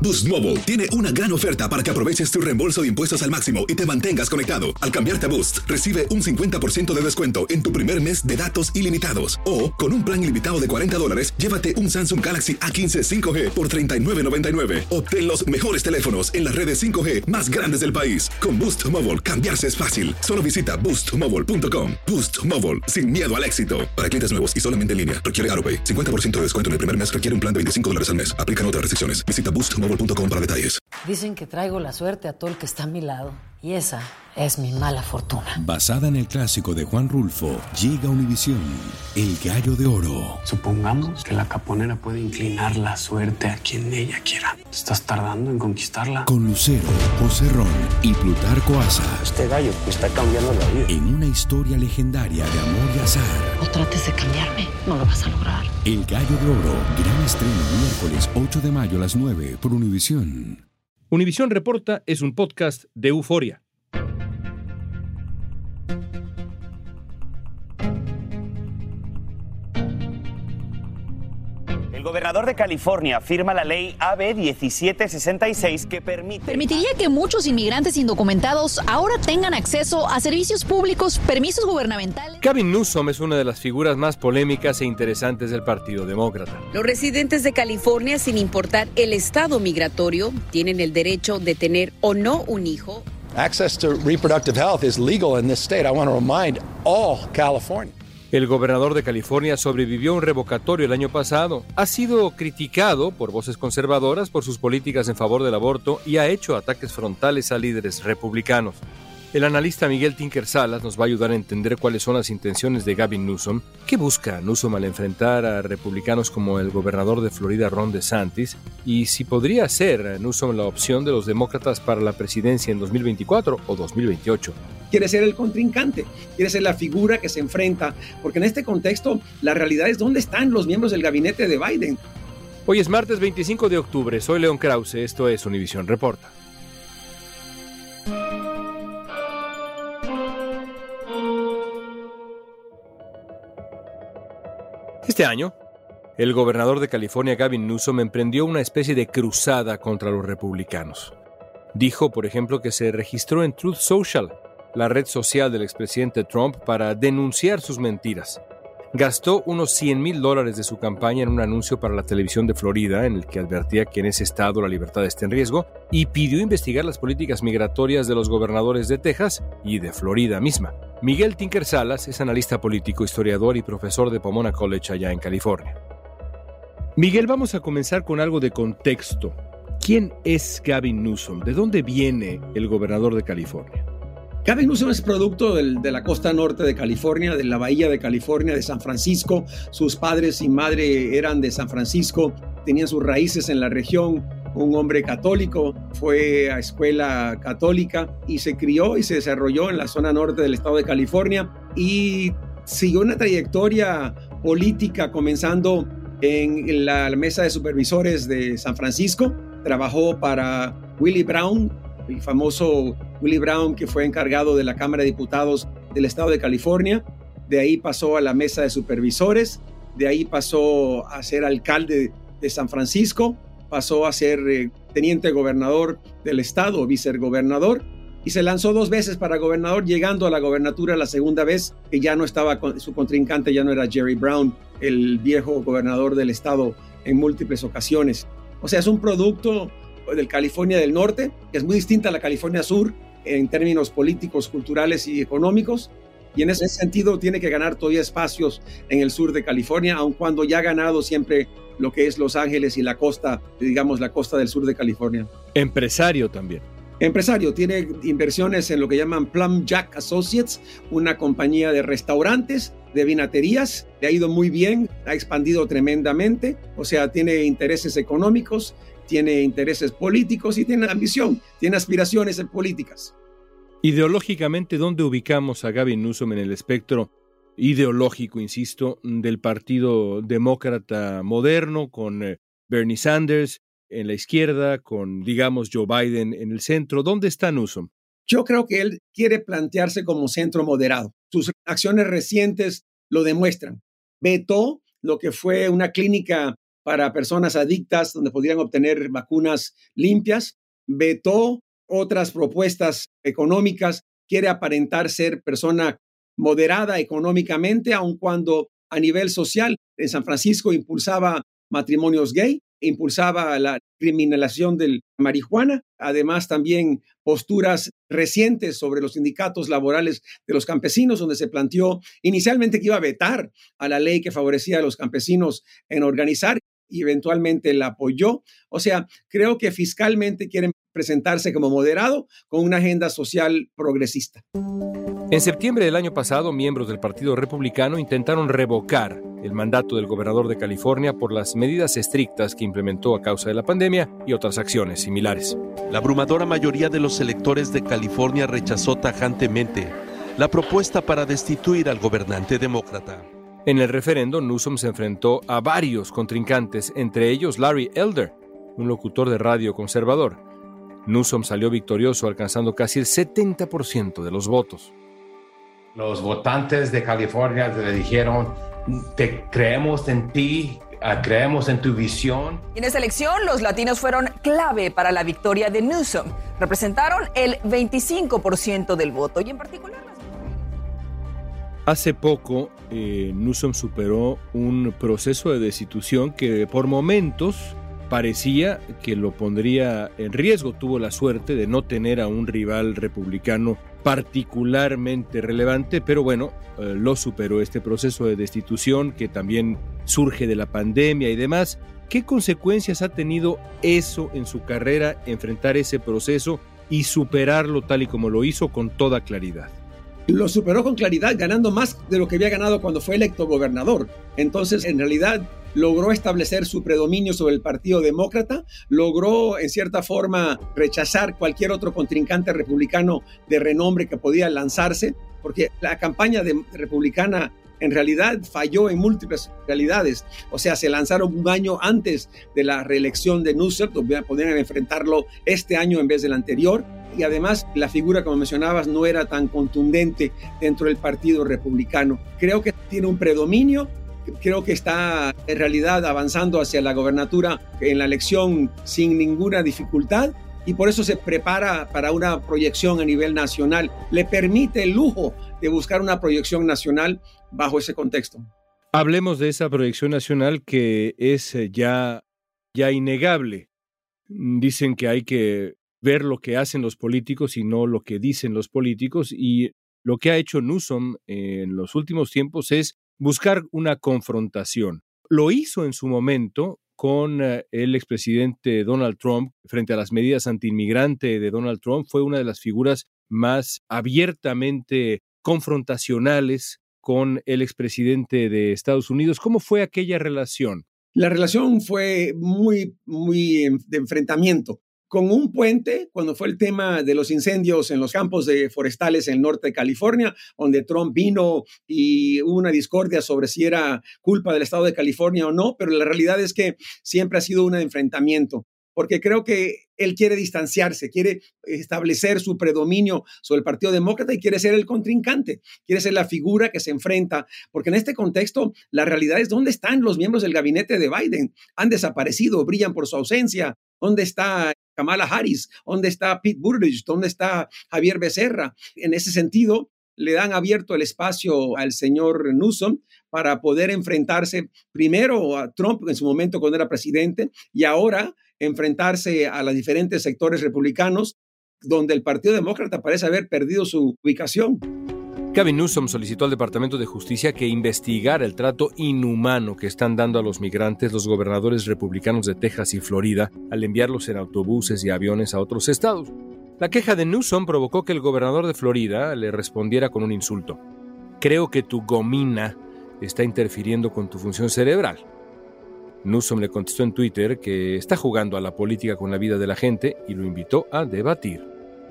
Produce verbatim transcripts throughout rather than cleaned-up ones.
Boost Mobile tiene una gran oferta para que aproveches tu reembolso de impuestos al máximo y te mantengas conectado. Al cambiarte a Boost, recibe un cincuenta por ciento de descuento en tu primer mes de datos ilimitados. O, con un plan ilimitado de cuarenta dólares, llévate un Samsung Galaxy A quince cinco G por treinta y nueve noventa y nueve. Obtén los mejores teléfonos en las redes cinco G más grandes del país. Con Boost Mobile, cambiarse es fácil. Solo visita boost mobile punto com. Boost Mobile, sin miedo al éxito. Para clientes nuevos y solamente en línea, requiere AutoPay. cincuenta por ciento de descuento en el primer mes requiere un plan de veinticinco dólares al mes. Aplican otras restricciones. Visita boost mobile punto com para detalles. Dicen que traigo la suerte a todo el que está a mi lado. Y esa es mi mala fortuna. Basada en el clásico de Juan Rulfo, llega Univisión, El Gallo de Oro. Supongamos que la caponera puede inclinar la suerte a quien ella quiera. ¿Estás tardando en conquistarla? Con Lucero, José Ron y Plutarco Asa. Este gallo me está cambiando la vida. En una historia legendaria de amor y azar. No trates de cambiarme, no lo vas a lograr. El Gallo de Oro, gran estreno miércoles ocho de mayo a las nueve por Univisión. Univisión Reporta es un podcast de Euforia. El gobernador de California firma la ley A B diecisiete sesenta y seis que permite... Permitiría que muchos inmigrantes indocumentados ahora tengan acceso a servicios públicos, permisos gubernamentales. Gavin Newsom es una de las figuras más polémicas e interesantes del Partido Demócrata. Los residentes de California, sin importar el estado migratorio, tienen el derecho de tener o no un hijo. Access to reproductive health is legal in this state. I want to remind all California. El gobernador de California sobrevivió a un revocatorio el año pasado. Ha sido criticado por voces conservadoras por sus políticas en favor del aborto y ha hecho ataques frontales a líderes republicanos. El analista Miguel Tinker Salas nos va a ayudar a entender cuáles son las intenciones de Gavin Newsom. ¿Qué busca Newsom al enfrentar a republicanos como el gobernador de Florida, Ron DeSantis? Y si podría ser Newsom la opción de los demócratas para la presidencia en dos mil veinticuatro o dos mil veintiocho. Quiere ser el contrincante, quiere ser la figura que se enfrenta, porque en este contexto la realidad es dónde están los miembros del gabinete de Biden. Hoy es martes veinticinco de octubre, soy León Krause, esto es Univisión Reporta. Este año, el gobernador de California, Gavin Newsom, emprendió una especie de cruzada contra los republicanos. Dijo, por ejemplo, que se registró en Truth Social, la red social del expresidente Trump, para denunciar sus mentiras. Gastó unos cien mil dólares de su campaña en un anuncio para la televisión de Florida, en el que advertía que en ese estado la libertad está en riesgo, y pidió investigar las políticas migratorias de los gobernadores de Texas y de Florida misma. Miguel Tinker Salas es analista político, historiador y profesor de Pomona College allá en California. Miguel, vamos a comenzar con algo de contexto. ¿Quién es Gavin Newsom? ¿De dónde viene el gobernador de California? Gavin Newsom es producto del, de la costa norte de California, de la bahía de California, de San Francisco. Sus padres y madre eran de San Francisco, tenían sus raíces en la región. Un hombre católico, fue a escuela católica y se crió y se desarrolló en la zona norte del estado de California y siguió una trayectoria política comenzando en la mesa de supervisores de San Francisco. Trabajó para Willie Brown, el famoso Willie Brown, que fue encargado de la Cámara de Diputados del estado de California. De ahí pasó a la mesa de supervisores, de ahí pasó a ser alcalde de San Francisco, pasó a ser eh, teniente gobernador del estado, vicegobernador, y se lanzó dos veces para gobernador, llegando a la gobernatura la segunda vez, que ya no estaba, con, su contrincante ya no era Jerry Brown, el viejo gobernador del estado en múltiples ocasiones. O sea, es un producto del California del Norte, que es muy distinta a la California Sur en términos políticos, culturales y económicos, y en ese sentido tiene que ganar todavía espacios en el sur de California, aun cuando ya ha ganado siempre lo que es Los Ángeles y la costa, digamos la costa del sur de California. Empresario también. Empresario, tiene inversiones en lo que llaman Plum Jack Associates, una compañía de restaurantes, de vinaterías, le ha ido muy bien, ha expandido tremendamente, o sea, tiene intereses económicos, tiene intereses políticos y tiene ambición, tiene aspiraciones políticas. Ideológicamente, ¿dónde ubicamos a Gavin Newsom en el espectro ideológico, insisto, del Partido Demócrata moderno, con eh, Bernie Sanders en la izquierda, con, digamos, Joe Biden en el centro? ¿Dónde está Newsom? Yo creo que él quiere plantearse como centro moderado. Sus acciones recientes lo demuestran. Vetó lo que fue una clínica para personas adictas, donde podrían obtener vacunas limpias. Vetó otras propuestas económicas, quiere aparentar ser persona moderada económicamente, aun cuando a nivel social en San Francisco impulsaba matrimonios gay, impulsaba la criminalización de la marihuana, además también posturas recientes sobre los sindicatos laborales de los campesinos, donde se planteó inicialmente que iba a vetar a la ley que favorecía a los campesinos en organizar y eventualmente la apoyó. O sea, creo que fiscalmente quieren presentarse como moderado con una agenda social progresista. En septiembre del año pasado, miembros del Partido Republicano intentaron revocar el mandato del gobernador de California por las medidas estrictas que implementó a causa de la pandemia y otras acciones similares. La abrumadora mayoría de los electores de California rechazó tajantemente la propuesta para destituir al gobernante demócrata. En el referendo, Newsom se enfrentó a varios contrincantes, entre ellos Larry Elder, un locutor de radio conservador. Newsom salió victorioso, alcanzando casi el setenta por ciento de los votos. Los votantes de California le dijeron, te creemos en ti, creemos en tu visión. En esa elección, los latinos fueron clave para la victoria de Newsom. Representaron el veinticinco por ciento del voto y en particular las... Hace poco, eh, Newsom superó un proceso de destitución que por momentos parecía que lo pondría en riesgo. Tuvo la suerte de no tener a un rival republicano particularmente relevante, pero bueno, eh, lo superó este proceso de destitución que también surge de la pandemia y demás. ¿Qué consecuencias ha tenido eso en su carrera, enfrentar ese proceso y superarlo tal y como lo hizo con toda claridad? Lo superó con claridad, ganando más de lo que había ganado cuando fue electo gobernador. Entonces, en realidad, logró establecer su predominio sobre el Partido Demócrata, logró, en cierta forma, rechazar cualquier otro contrincante republicano de renombre que podía lanzarse, porque la campaña de, republicana en realidad falló en múltiples realidades. O sea, se lanzaron un año antes de la reelección de Newsom, podían enfrentarlo este año en vez del anterior. Y además, la figura, como mencionabas, no era tan contundente dentro del Partido Republicano. Creo que tiene un predominio, creo que está en realidad avanzando hacia la gobernatura en la elección sin ninguna dificultad y por eso se prepara para una proyección a nivel nacional. Le permite el lujo de buscar una proyección nacional bajo ese contexto. Hablemos de esa proyección nacional que es ya, ya innegable. Dicen que hay que ver lo que hacen los políticos y no lo que dicen los políticos, y lo que ha hecho Newsom en los últimos tiempos es buscar una confrontación. Lo hizo en su momento con el expresidente Donald Trump frente a las medidas antiinmigrante de Donald Trump. Fue una de las figuras más abiertamente confrontacionales con el expresidente de Estados Unidos. ¿Cómo fue aquella relación? La relación fue muy, muy de enfrentamiento. Con un puente, cuando fue el tema de los incendios en los campos de forestales en el norte de California, donde Trump vino y hubo una discordia sobre si era culpa del estado de California o no, pero la realidad es que siempre ha sido un enfrentamiento, porque creo que él quiere distanciarse, quiere establecer su predominio sobre el Partido Demócrata y quiere ser el contrincante, quiere ser la figura que se enfrenta, porque en este contexto la realidad es dónde están los miembros del gabinete de Biden. Han desaparecido, brillan por su ausencia. ¿Dónde está Kamala Harris? ¿Dónde está Pete Buttigieg? ¿Dónde está Javier Becerra? En ese sentido, le dan abierto el espacio al señor Newsom para poder enfrentarse primero a Trump en su momento cuando era presidente y ahora enfrentarse a los diferentes sectores republicanos donde el Partido Demócrata parece haber perdido su ubicación. Gavin Newsom solicitó al Departamento de Justicia que investigara el trato inhumano que están dando a los migrantes los gobernadores republicanos de Texas y Florida al enviarlos en autobuses y aviones a otros estados. La queja de Newsom provocó que el gobernador de Florida le respondiera con un insulto. Creo que tu gomina está interfiriendo con tu función cerebral. Newsom le contestó en Twitter que está jugando a la política con la vida de la gente y lo invitó a debatir.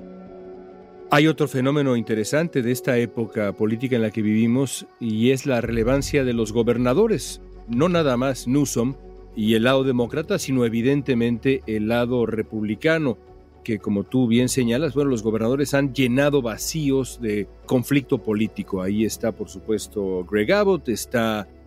Hay otro fenómeno interesante de esta época política en la que vivimos y es la relevancia de los gobernadores. No nada más Newsom y el lado demócrata, sino evidentemente el lado republicano, que como tú bien señalas, bueno, los gobernadores han llenado vacíos de conflicto político. Ahí está, por supuesto, Greg Abbott, está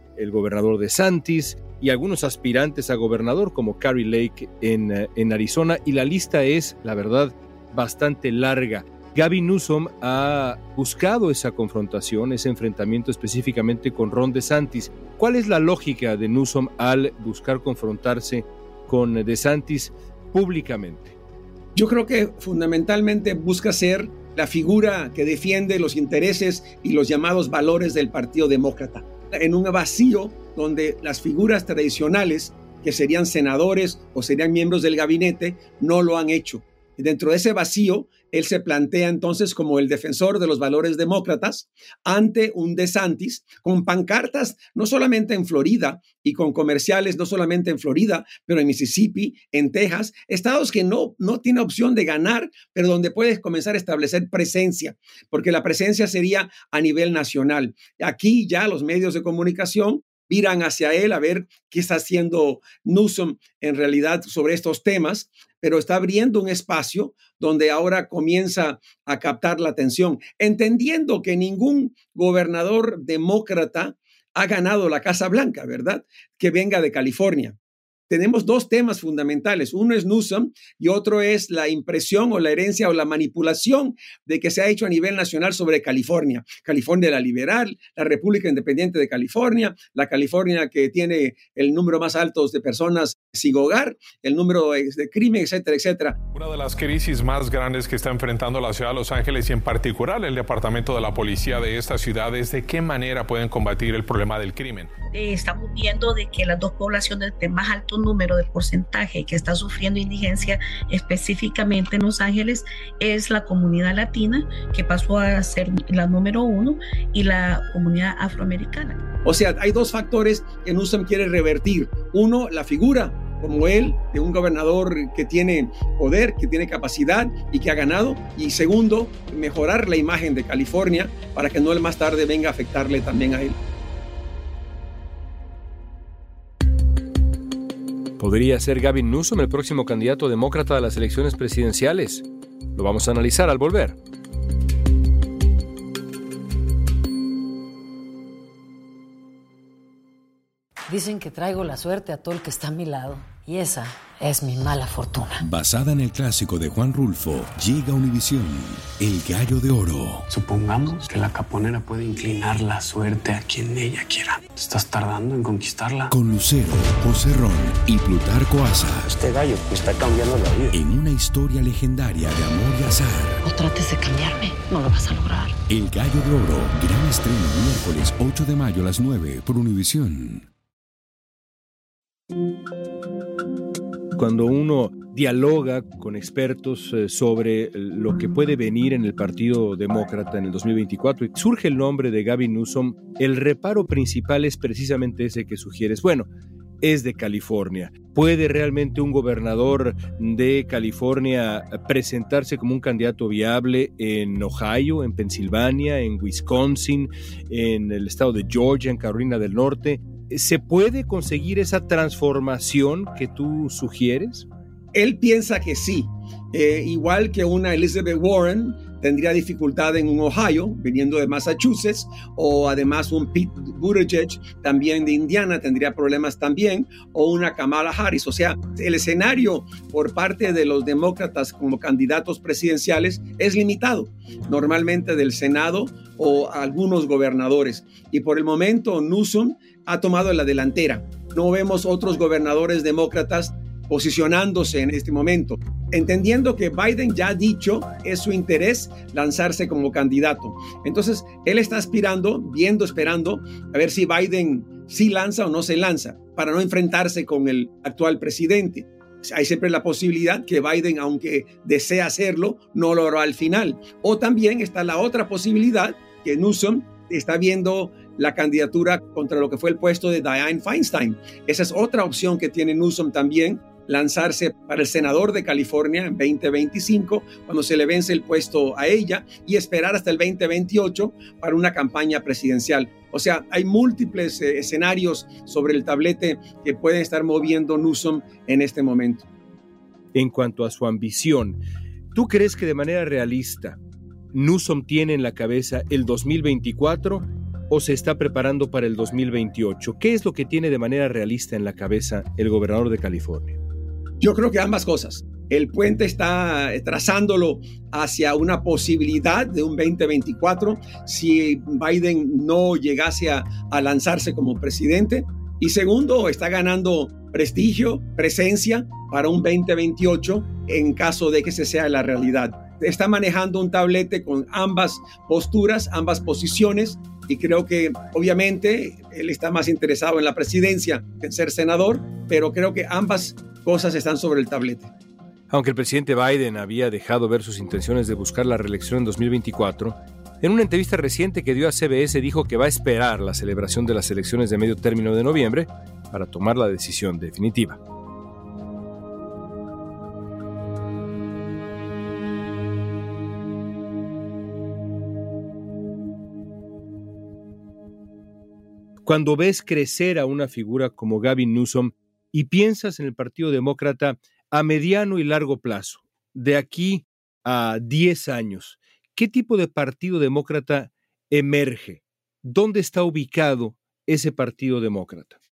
el gobernador DeSantis y algunos aspirantes a gobernador como Kari Lake en, en Arizona, y la lista es, la verdad, bastante larga. Gavin Newsom ha buscado esa confrontación, ese enfrentamiento específicamente con Ron DeSantis. ¿Cuál es la lógica de Newsom al buscar confrontarse con DeSantis públicamente? Yo creo que fundamentalmente busca ser la figura que defiende los intereses y los llamados valores del Partido Demócrata, en un vacío donde las figuras tradicionales, que serían senadores o serían miembros del gabinete, no lo han hecho. Y dentro de ese vacío, él se plantea entonces como el defensor de los valores demócratas ante un DeSantis con pancartas no solamente en Florida y con comerciales no solamente en Florida, pero en Mississippi, en Texas, estados que no, no tiene opción de ganar, pero donde puedes comenzar a establecer presencia, porque la presencia sería a nivel nacional. Aquí ya los medios de comunicación miran hacia él a ver qué está haciendo Newsom en realidad sobre estos temas, pero está abriendo un espacio donde ahora comienza a captar la atención, entendiendo que ningún gobernador demócrata ha ganado la Casa Blanca, ¿verdad? Que venga de California. Tenemos dos temas fundamentales. Uno es Newsom y otro es la impresión o la herencia o la manipulación de que se ha hecho a nivel nacional sobre California. California la liberal, la República Independiente de California, la California que tiene el número más alto de personas sin hogar, el número de crimen, etcétera, etcétera. Una de las crisis más grandes que está enfrentando la ciudad de Los Ángeles y en particular el departamento de la policía de esta ciudad es de qué manera pueden combatir el problema del crimen. Eh, estamos viendo de que las dos poblaciones de más alto número de porcentaje que está sufriendo indigencia específicamente en Los Ángeles es la comunidad latina, que pasó a ser la número uno, y la comunidad afroamericana. O sea, hay dos factores que Newsom quiere revertir. Uno, la figura como él, de un gobernador que tiene poder, que tiene capacidad y que ha ganado. Y segundo, mejorar la imagen de California para que no más tarde venga a afectarle también a él. ¿Podría ser Gavin Newsom el próximo candidato demócrata a las elecciones presidenciales? Lo vamos a analizar al volver. Dicen que traigo la suerte a todo el que está a mi lado. Y esa es mi mala fortuna. Basada en el clásico de Juan Rulfo, llega Univisión, El Gallo de Oro. Supongamos que la caponera puede inclinar la suerte a quien ella quiera. ¿Estás tardando en conquistarla? Con Lucero, José Ron y Plutarco Asa. Este gallo me está cambiando la vida. En una historia legendaria de amor y azar. No trates de cambiarme, no lo vas a lograr. El Gallo de Oro, gran estreno miércoles ocho de mayo a las nueve por Univisión. Cuando uno dialoga con expertos eh, sobre lo que puede venir en el Partido Demócrata en el dos mil veinticuatro y surge el nombre de Gavin Newsom, el reparo principal es precisamente ese que sugieres. Bueno, es de California. ¿Puede realmente un gobernador de California presentarse como un candidato viable en Ohio, en Pensilvania, en Wisconsin, en el estado de Georgia, en Carolina del Norte? ¿Se puede conseguir esa transformación que tú sugieres? Él piensa que sí. Eh, igual que una Elizabeth Warren tendría dificultad en un Ohio, viniendo de Massachusetts, o además un Pete Buttigieg, también de Indiana, tendría problemas también, o una Kamala Harris. O sea, el escenario por parte de los demócratas como candidatos presidenciales es limitado, normalmente del Senado o algunos gobernadores. Y por el momento Newsom ha tomado la delantera. No vemos otros gobernadores demócratas posicionándose en este momento, entendiendo que Biden ya ha dicho es su interés lanzarse como candidato. Entonces, él está aspirando, viendo, esperando a ver si Biden sí lanza o no se lanza para no enfrentarse con el actual presidente. Hay siempre la posibilidad que Biden, aunque desea hacerlo, no lo hará al final. O también está la otra posibilidad que Newsom está viendo la candidatura contra lo que fue el puesto de Dianne Feinstein. Esa es otra opción que tiene Newsom también, lanzarse para el senador de California en veinte veinticinco, cuando se le vence el puesto a ella, y esperar hasta el veinte veintiocho para una campaña presidencial. O sea, hay múltiples eh, escenarios sobre el tablete que pueden estar moviendo Newsom en este momento. En cuanto a su ambición, ¿tú crees que de manera realista Newsom tiene en la cabeza el dos mil veinticuatro o se está preparando para el dos mil veintiocho? ¿Qué es lo que tiene de manera realista en la cabeza el gobernador de California? Yo creo que ambas cosas. El puente está trazándolo hacia una posibilidad de un veinte veinticuatro si Biden no llegase a, a lanzarse como presidente. Y segundo, está ganando prestigio, presencia para un veinte veintiocho en caso de que ese sea la realidad. Está manejando un tablete con ambas posturas, ambas posiciones, y creo que obviamente él está más interesado en la presidencia que en ser senador, pero creo que ambas cosas están sobre el tablete. Aunque el presidente Biden había dejado ver sus intenciones de buscar la reelección en dos mil veinticuatro, en una entrevista reciente que dio a C B S dijo que va a esperar la celebración de las elecciones de medio término de noviembre para tomar la decisión definitiva. Cuando ves crecer a una figura como Gavin Newsom y piensas en el Partido Demócrata a mediano y largo plazo, de aquí a diez años, ¿qué tipo de Partido Demócrata emerge? ¿Dónde está ubicado ese Partido Demócrata?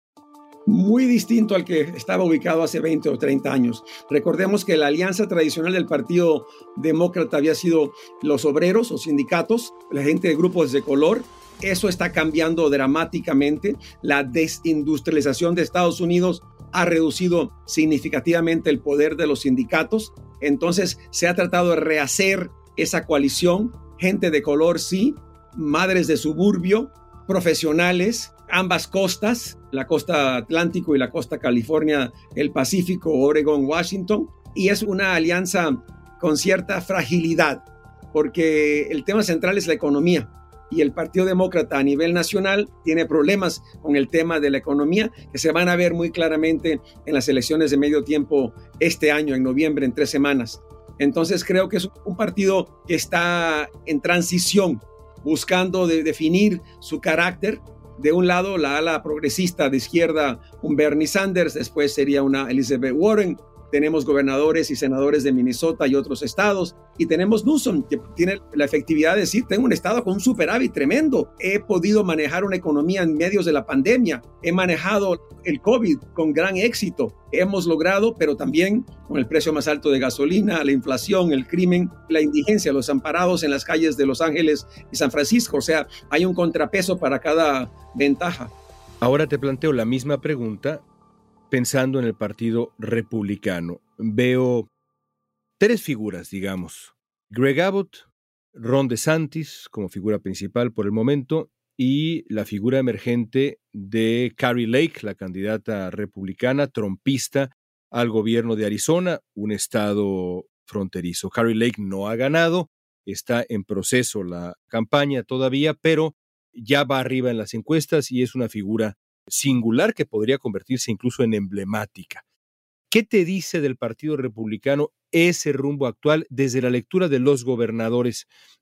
Muy distinto al que estaba ubicado hace veinte o treinta años. Recordemos que la alianza tradicional del Partido Demócrata había sido los obreros o sindicatos, la gente de grupos de color. Eso está cambiando dramáticamente. La desindustrialización de Estados Unidos ha reducido significativamente el poder de los sindicatos. Entonces se ha tratado de rehacer esa coalición. Gente de color, sí, madres de suburbio, profesionales, ambas costas, la costa Atlántico y la costa California, el Pacífico, Oregon, Washington. Y es una alianza con cierta fragilidad, porque el tema central es la economía. Y el Partido Demócrata a nivel nacional tiene problemas con el tema de la economía que se van a ver muy claramente en las elecciones de medio tiempo este año, en noviembre, en tres semanas. Entonces creo que es un partido que está en transición, buscando de definir su carácter. De un lado, la ala progresista de izquierda, un Bernie Sanders, después sería una Elizabeth Warren. Tenemos gobernadores y senadores de Minnesota y otros estados. Y tenemos Newsom, que tiene la efectividad de decir, tengo un estado con un superávit tremendo. He podido manejar una economía en medios de la pandemia. He manejado el COVID con gran éxito. Hemos logrado, pero también con el precio más alto de gasolina, la inflación, el crimen, la indigencia, los amparados en las calles de Los Ángeles y San Francisco. O sea, hay un contrapeso para cada ventaja. Ahora te planteo la misma pregunta pensando en el Partido Republicano. Veo tres figuras, digamos. Greg Abbott, Ron DeSantis como figura principal por el momento y la figura emergente de Kari Lake, la candidata republicana trumpista al gobierno de Arizona, un estado fronterizo. Kari Lake no ha ganado, está en proceso la campaña todavía, pero ya va arriba en las encuestas y es una figura singular que podría convertirse incluso en emblemática. ¿Qué te dice del Partido Republicano ese rumbo actual desde la lectura de los gobernadores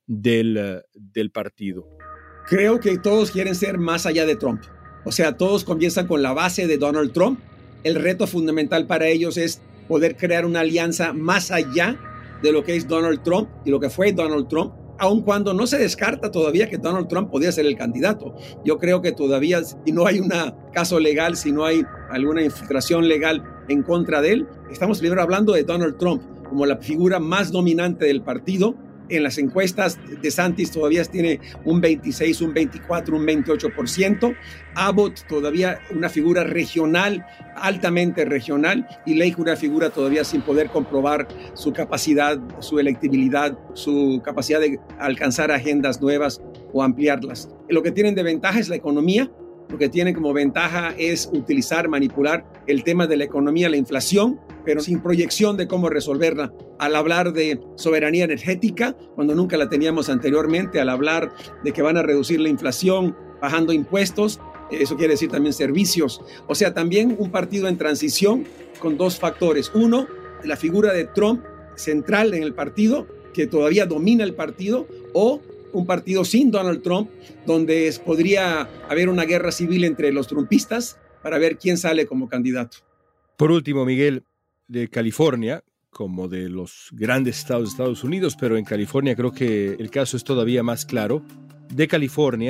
del, del partido? Creo que todos quieren ser más allá de Trump. O sea, todos comienzan con la base de Donald Trump. El reto fundamental para ellos es poder crear una alianza más allá de lo que es Donald Trump y lo que fue Donald Trump, aun cuando no se descarta todavía que Donald Trump podía ser el candidato. Yo creo que todavía, si no hay un caso legal, si no hay alguna infiltración legal en contra de él, estamos primero hablando de Donald Trump como la figura más dominante del partido. En las encuestas, DeSantis todavía tiene un veintiséis, un veinticuatro, un veintiocho por ciento. Abbott todavía una figura regional, altamente regional, y Lake una figura todavía sin poder comprobar su capacidad, su electibilidad, su capacidad de alcanzar agendas nuevas o ampliarlas. Lo que tienen de ventaja es la economía. Lo que tienen como ventaja es utilizar, manipular el tema de la economía, la inflación, pero sin proyección de cómo resolverla. Al hablar de soberanía energética, cuando nunca la teníamos anteriormente, al hablar de que van a reducir la inflación bajando impuestos, eso quiere decir también servicios. O sea, también un partido en transición con dos factores. Uno, la figura de Trump central en el partido, que todavía domina el partido, o un partido sin Donald Trump, donde podría haber una guerra civil entre los trumpistas para ver quién sale como candidato. Por último, Miguel, de California, como de los grandes estados de Estados Unidos, pero en California creo que el caso es todavía más claro. De California,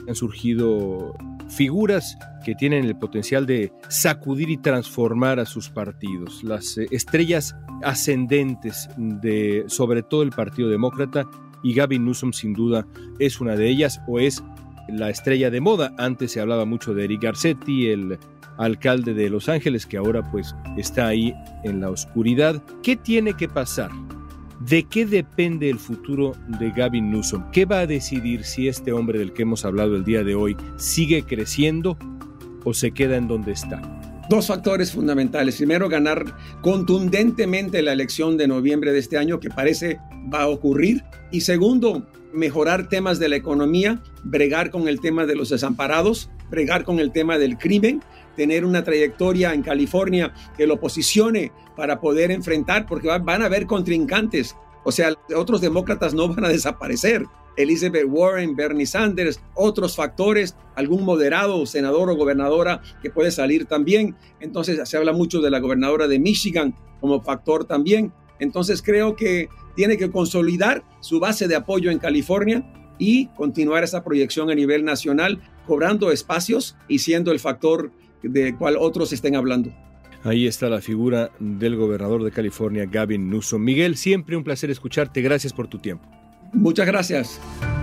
Han surgido figuras que tienen el potencial de sacudir y transformar a sus partidos. Las eh, estrellas ascendentes de, sobre todo el Partido Demócrata, y Gavin Newsom sin duda es una de ellas, o es la estrella de moda. Antes se hablaba mucho de Eric Garcetti, el alcalde de Los Ángeles, que ahora pues está ahí en la oscuridad. ¿Qué tiene que pasar? ¿De qué depende el futuro de Gavin Newsom? ¿Qué va a decidir si este hombre del que hemos hablado el día de hoy sigue creciendo o se queda en donde está? Dos factores fundamentales. Primero, ganar contundentemente la elección de noviembre de este año, que parece va a ocurrir. Y segundo, mejorar temas de la economía, bregar con el tema de los desamparados, bregar con el tema del crimen, tener una trayectoria en California que lo posicione para poder enfrentar, porque van a haber contrincantes. O sea, otros demócratas no van a desaparecer. Elizabeth Warren, Bernie Sanders, otros factores, algún moderado, senador o gobernadora que puede salir también. Entonces se habla mucho de la gobernadora de Michigan como factor también. Entonces creo que tiene que consolidar su base de apoyo en California y continuar esa proyección a nivel nacional, cobrando espacios y siendo el factor de cual otros estén hablando. Ahí está la figura del gobernador de California, Gavin Newsom. Miguel, siempre un placer escucharte. Gracias por tu tiempo. Muchas gracias.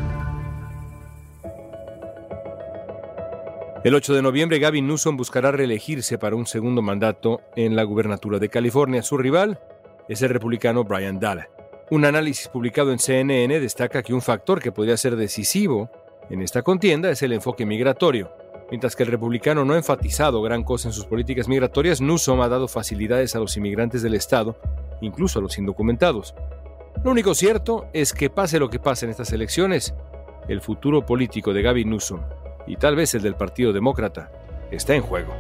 El ocho de noviembre, Gavin Newsom buscará reelegirse para un segundo mandato en la gubernatura de California. Su rival es el republicano Brian Dalla. Un análisis publicado en C N N destaca que un factor que podría ser decisivo en esta contienda es el enfoque migratorio. Mientras que el republicano no ha enfatizado gran cosa en sus políticas migratorias, Newsom ha dado facilidades a los inmigrantes del estado, incluso a los indocumentados. Lo único cierto es que pase lo que pase en estas elecciones, el futuro político de Gavin Newsom, y tal vez el del Partido Demócrata, está en juego.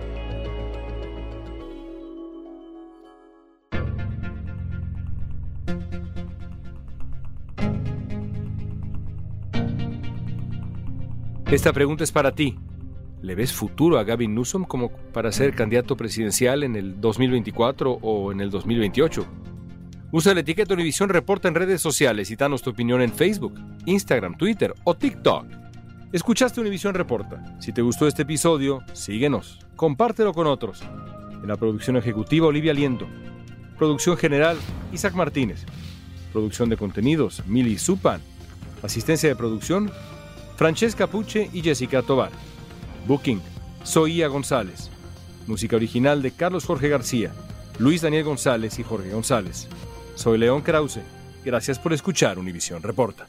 Esta pregunta es para ti. ¿Le ves futuro a Gavin Newsom como para ser candidato presidencial en el dos mil veinticuatro o en el dos mil veintiocho? Usa la etiqueta Univisión Reporta en redes sociales y danos tu opinión en Facebook, Instagram, Twitter o TikTok. Escuchaste Univisión Reporta. Si te gustó este episodio, síguenos, compártelo con otros. En la producción ejecutiva, Olivia Liendo. Producción general, Isaac Martínez. Producción de contenidos, Mili Supan. Asistencia de producción, Francesca Puche y Jessica Tovar. Booking, Zoía González. Música original de Carlos Jorge García, Luis Daniel González y Jorge González. Soy León Krause. Gracias por escuchar Univisión Reporta.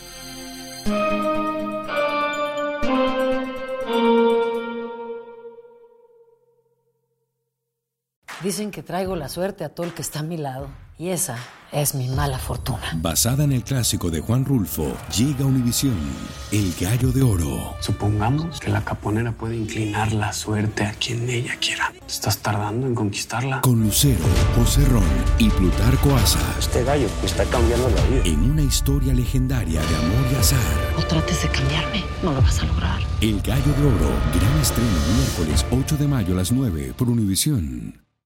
Dicen que traigo la suerte a todo el que está a mi lado. Y esa es mi mala fortuna. Basada en el clásico de Juan Rulfo, llega Univisión, El Gallo de Oro. Supongamos que la caponera puede inclinar la suerte a quien ella quiera. ¿Estás tardando en conquistarla? Con Lucero, José Ron y Plutarco Asa. Este gallo me está cambiando la vida. En una historia legendaria de amor y azar. No trates de cambiarme, no lo vas a lograr. El Gallo de Oro, gran estreno miércoles ocho de mayo a las nueve por Univisión.